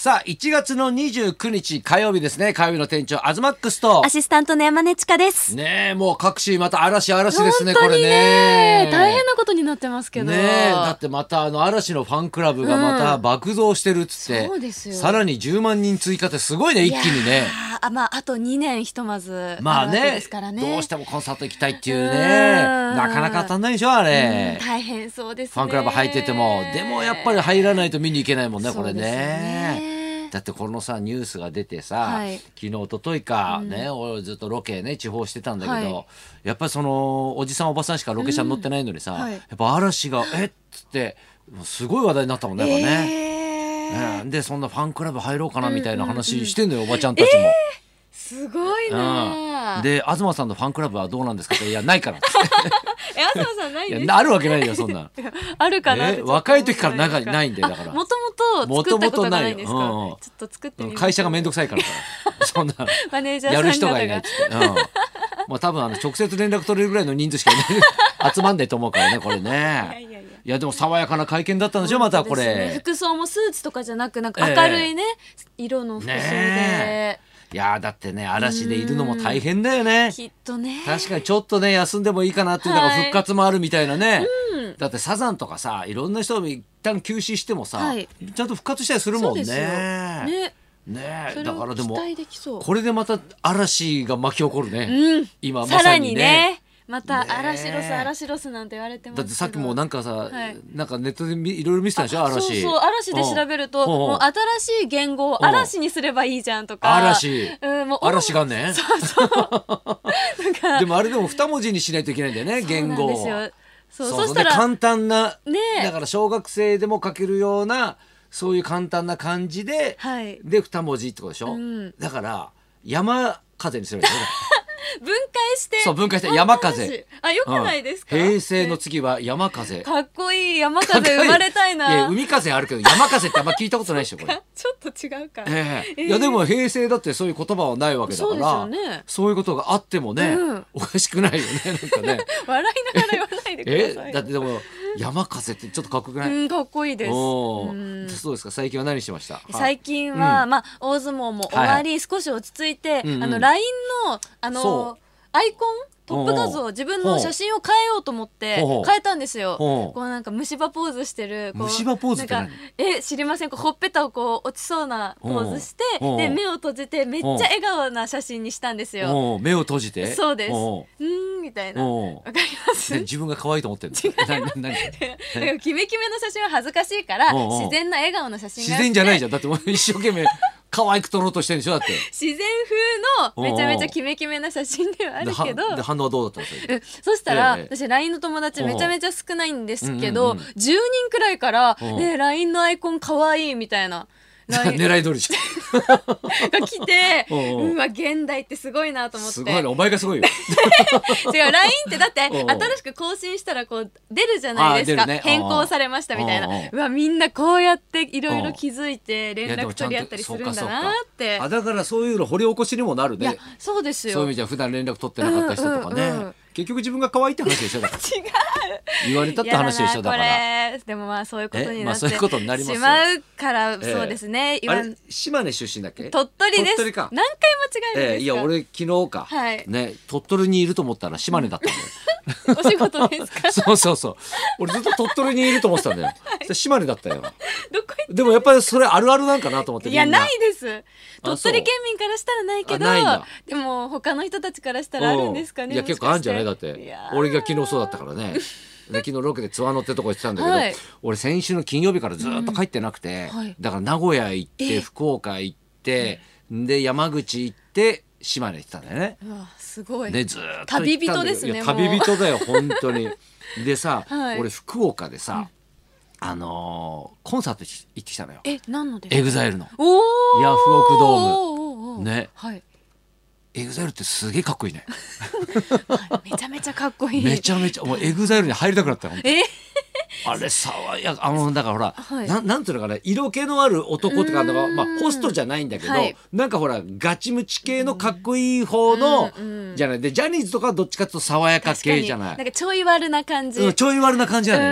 さあ1月の29日火曜日ですね。火曜日の店長アズマックスとアシスタントの山根千佳ですねえ、もう各地また嵐ですね。 本当にね、 これね大変なことになってますけどねえ、だってまた嵐のファンクラブがまた爆増してるっつって、 そうですよ。 さらに10万人追加ってすごいね、一気にね。 あと2年ひとまずまあね、 ですからね、 どうしてもコンサート行きたいっていうね、なかなか当たんないでしょあれ。 大変そうですね。 ファンクラブ入ってても、でもやっぱり入らないと見に行けないもんね、これそうですよね。 ね。 だってこのさニュースが出てさ、 はい、 昨日一昨日か、ね、俺ずっとロケね地方してたんだけど、 はい、 やっぱりそのおじさんおばさんしかロケ車に乗ってないのにさ、 はい、 やっぱ嵐がっつってすごい話題になったもんね、やっぱね。でそんなファンクラブ入ろうかなみたいな話してんのよ、おばちゃんたちも。 すごいな、 で東さんのファンクラブはどうなんですかって、いやないからって東さんないんですいやあるわけないよそんなあるかなって若い時からないんだよ。だからもともと作ったことがないんですか。ちょっと作ってみる。 会社がめんどくさいからそんなマネージャーさんやる人がいないっつって、まあ多分直接連絡取れるぐらいの人数しかいない集まんないと思うからね、これね。いやでも爽やかな会見だったんでしょ、またこれ。 服装もスーツとかじゃなく、なんか明るいね、色の服装で。 いやだってね、嵐でいるのも大変だよね。 きっとね。 確かにちょっとね休んでもいいかなっていうのが復活もあるみたいなね、だってサザンとかさ、いろんな人が一旦休止してもさ、ちゃんと復活したりするもんね。だからでもこれでまた嵐が巻き起こるね、今まさにね。 また嵐ロスなんて言われてますけど、 だってさっきもなんかさ、なんかネットでいろいろ見てたでしょ、嵐。 そう嵐で調べると、もう新しい言語を嵐にすればいいじゃんとか。 嵐がね。 そうでもあれでも2文字にしないといけないんだよね、言語を。 そしたら簡単な、だから小学生でも書けるようなそういう簡単な漢字で、で2文字ってことでしょ、だから山風にするんですよ分解して。 そう、分解して山風。 よくないですか。 平成の次は山風。 かっこいい。山風生まれたいな。 いや海風あるけど山風ってあんま聞いたことないでしょこれ。 ちょっと違うか。 いやでも平成だってそういう言葉はないわけだから、そういうことがあってもね、おかしくないよね、なんかね。 笑いながら言わないでください。 だってでも山風ってちょっとかっこよくない？ かっこいいです。 そうですか。最近は何してました？ 最近は大相撲も終わり、少し落ち着いて、LINE のアイコントップ画像、自分の写真を変えようと思って変えたんですよ。こうなんか虫歯ポーズしてる、 虫歯ポーズって何？ 知りません。ほっぺたをこう落ちそうなポーズして、で目を閉じてめっちゃ笑顔な写真にしたんですよ。 目を閉じて？ そうです。みたいな。わかります？ 自分が可愛いと思ってる。 何？キメキメの写真は恥ずかしいから、自然な笑顔の写真が。 自然じゃないじゃん。だって一生懸命可愛く撮ろうとしてるんでしょ、だって。 自然風のめちゃめちゃキメキメな写真ではあるけど。 で反応はどうだったんですか？ そしたら私 LINE の友達めちゃめちゃ少ないんですけど、10人くらいからね、LINE のアイコン可愛いみたいな。 狙い通りじゃんが来て、現代ってすごいなと思って。 すごいな、お前がすごいよ。 違う、LINE ってだって新しく更新したらこう出るじゃないですか。変更されましたみたいな。みんなこうやっていろいろ気づいて連絡取り合ったりするんだなって。 だからそういうの掘り起こしにもなるね。 いやそうですよ。 そういう意味じゃ普段連絡取ってなかった人とかね。結局自分が可愛いって話でしょ。だから違う、 言われたって話でしょ。だからでもそういうことになってしまうからそうですね。 あれ島根出身だっけ？ 鳥取です。 鳥取か。 何回間違えるんですか？ いや俺昨日かね、鳥取にいると思ったら島根だったんだよ。 お仕事ですか？ そう俺ずっと鳥取にいると思ってたんだよ。島根だったよ。でもやっぱりそれあるあるなんかなと思って。 いやないです。鳥取県民からしたらないけど、でも他の人たちからしたらあるんですかね。 いや結構あるんじゃない？だって俺が昨日そうだったからね。昨日ロケで津和野ってとこ行ってたんだけど、俺先週の金曜日からずっと帰ってなくて、だから名古屋行って福岡行ってで山口行って島根行ってたんだよね。 すごい。 でずっと旅人ですね。 旅人だよ本当に。でさ、俺福岡でさ、コンサート行ってきたのよ。 何のですか ？EXILE のヤフオクドームね。EXILE ってすげえかっこいいね。 めちゃめちゃかっこいい。 めちゃめちゃもう EXILE に入りたくなったよ。あれ爽やか、だからほら、なんていうのかな、色気のある男ってか、ホストじゃないんだけど、なんかほらガチムチ系のかっこいい方のじゃない。でジャニーズとかはどっちかというと爽やか系じゃない。 なんかちょい悪な感じ。 ちょい悪な感じなんだよね。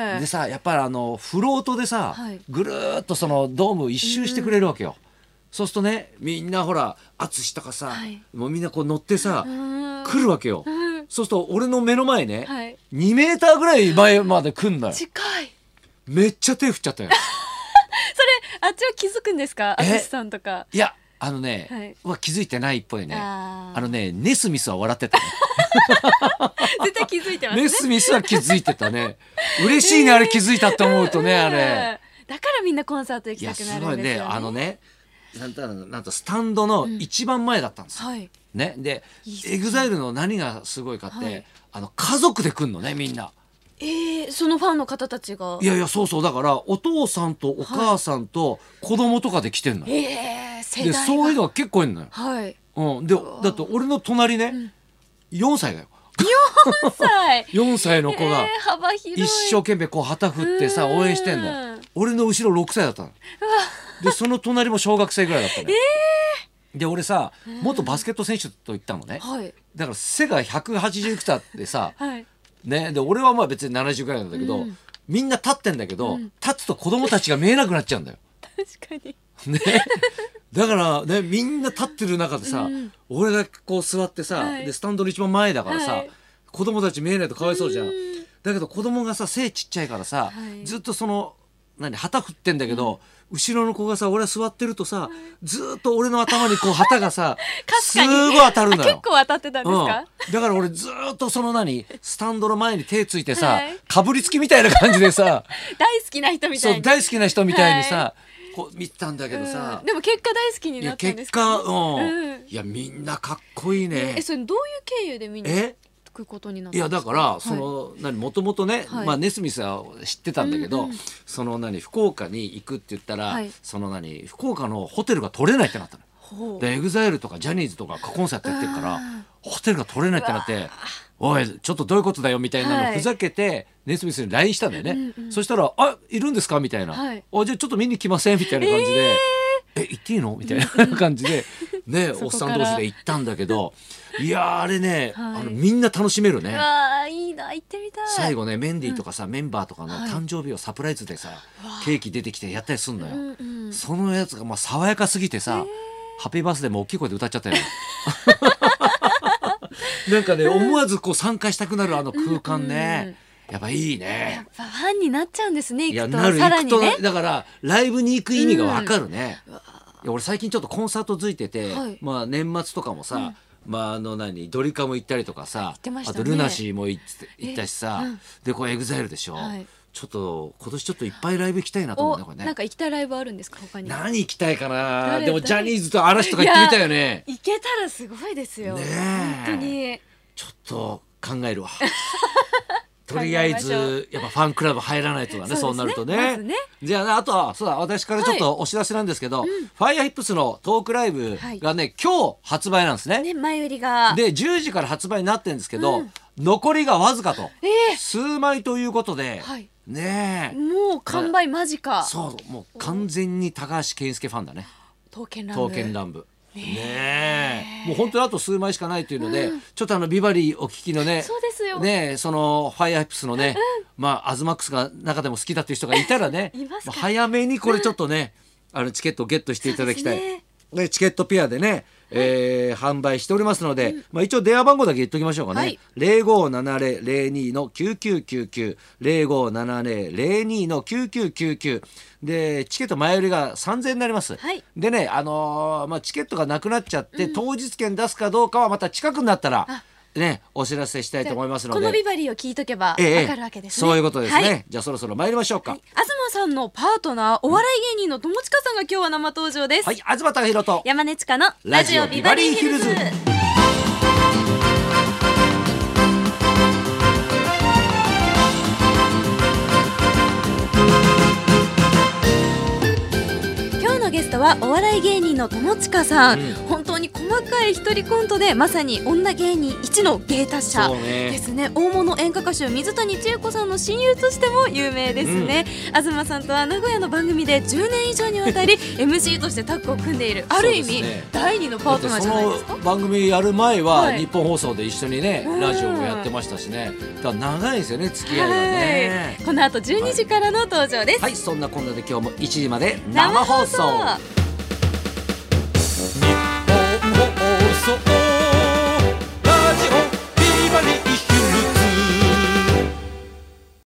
でさ、やっぱりフロートでさ、ぐるーっとそのドームを一周してくれるわけよ。そうするとね、みんなほら淳とかさ、もうみんなこう乗ってさ来るわけよ。そうすると俺の目の前ね、2メーターぐらい前まで来んだよ。 近い。 めっちゃ手振っちゃったよ。 それあっちは気づくんですか、淳さんとか。 いや気づいてないっぽいね。ネスミスは笑ってたね。 絶対気づいてますね。 ネスミスは気づいてたね。嬉しいね、あれ気づいたって思うとね、あれ。 だからみんなコンサート行きたくなるんですよね。 なんとスタンドの一番前だったんですよ。ね、でエグザイルの何がすごいかって、家族で来んのね、みんな。 そのファンの方たちが。 いやそうだからお父さんとお母さんと子供とかで来てんのよ。でそういうのが結構いるのよ。でだって俺の隣ね、4歳だよ。4歳の子が一生懸命こう旗振ってさ応援してんだよ。俺の後ろ6歳だったの。でその隣も小学生ぐらいだったね。で俺さ元バスケット選手と行ったのね。だから背が180いくつあってさ、ね、で俺はまあ別に70ぐらいなんだけど、みんな立ってんだけど、立つと子供たちが見えなくなっちゃうんだよ。 確かにね、だからね、みんな立ってる中でさ、俺がこう座ってさ、でスタンドの一番前だからさ、子供たち見えないとかわいそうじゃん。だけど子供がさ背ちっちゃいからさ、ずっとその旗振ってんだけど、後ろの子がさ、俺は座ってるとさ、ずっと俺の頭にこう旗がさすごい当たるのよ。 結構当たってたんですか。 だから俺ずっとそのスタンドの前に手ついてさ、かぶりつきみたいな感じでさ大好きな人みたいに。 そう、大好きな人みたいにさ、こう見てたんだけどさ、 でも結果大好きになったんですか。 いやみんなかっこいいね。 それどういう経由でみんな行くことになったんですか。 いやだからそのもともとね、ネスミスは知ってたんだけど、その福岡に行くって言ったら、その福岡のホテルが取れないってなったの。でエグザイルとかジャニーズとかコンサートやってるからホテルが取れないってなって、おいちょっとどういうことだよみたいなのふざけてネスミスに LINE したんだよね。そしたらいるんですかみたいな、じゃあちょっと見に来ませんみたいな感じで、行っていいのみたいな感じでね、おっさん同士で行ったんだけど、いやあれね、みんな楽しめるね。 いいな、行ってみたい。 最後ねメンディーとかさ、メンバーとかの誕生日をサプライズでさ、ケーキ出てきてやったりすんのよ。そのやつが爽やかすぎてさ、ハッピーバースデーも大きい声で歌っちゃったよ。なんかね、思わずこう参加したくなる空間ね、やっぱいいね。 やっぱファンになっちゃうんですね。行くとさらにね。 だからライブに行く意味がわかるね。いや俺最近ちょっとコンサート付いてて、年末とかもさ、ドリカム行ったりとかさ、あとルナシーも行ったしさ、でこうエグザイルでしょ。ちょっと今年ちょっといっぱいライブ行きたいなと思うね、これね。 なんか行きたいライブあるんですか、他に。 何行きたいかな。でもジャニーズと嵐とか行ってみたいよね。 行けたらすごいですよ。本当に。 ちょっと考えるわ。とりあえずやっぱファンクラブ入らないとだね。そうなるとね。じゃああとはそうだ、私からちょっとお知らせなんですけど、ファイヤーヒップスのトークライブがね、今日発売なんですね。 前売りがで10時から発売になってるんですけど、残りがわずかと、数枚ということで、ねえ、 もう完売間近。 そう、もう完全に高橋健介ファンだね。 刀剣乱舞ねえ、もう本当にあと数枚しかないというので、ちょっとビバリーお聞きのね、 そうですよね、そのファイアーヒップスのね、アズマックスが中でも好きだっていう人がいたらね早めにこれちょっとね、チケットをゲットしていただきたい。でチケットペアでね、販売しておりますので、一応電話番号だけ言っときましょうかね。057002の9999 057002の9999でチケット前売りが3000円になります。でね、チケットがなくなっちゃって、当日券出すかどうかはまた近くになったらね、お知らせしたいと思いますので、 このビバリーを聞いとけばわかるわけですね。 そういうことですね。じゃあそろそろ参りましょうか。 東さんのパートナー、お笑い芸人の友近さんが今日は生登場です。 東貴博と山根千佳のラジオビバリーヒルズ。今日のゲストはお笑い芸人の友近さん。本当常に細かい一人コントでまさに女芸人一の芸達者ですね。大物演歌歌手水谷千重子さんの親友としても有名ですね。東さんとは名古屋の番組で10年以上にわたりMC としてタッグを組んでいる、ある意味、第二のパートナーじゃないですか。 その番組やる前は日本放送で一緒にね、ラジオもやってましたしね。だから長いですよね、付き合いがね。 この後12時からの登場です。 はい、そんなこんなで今日も1時まで生放送。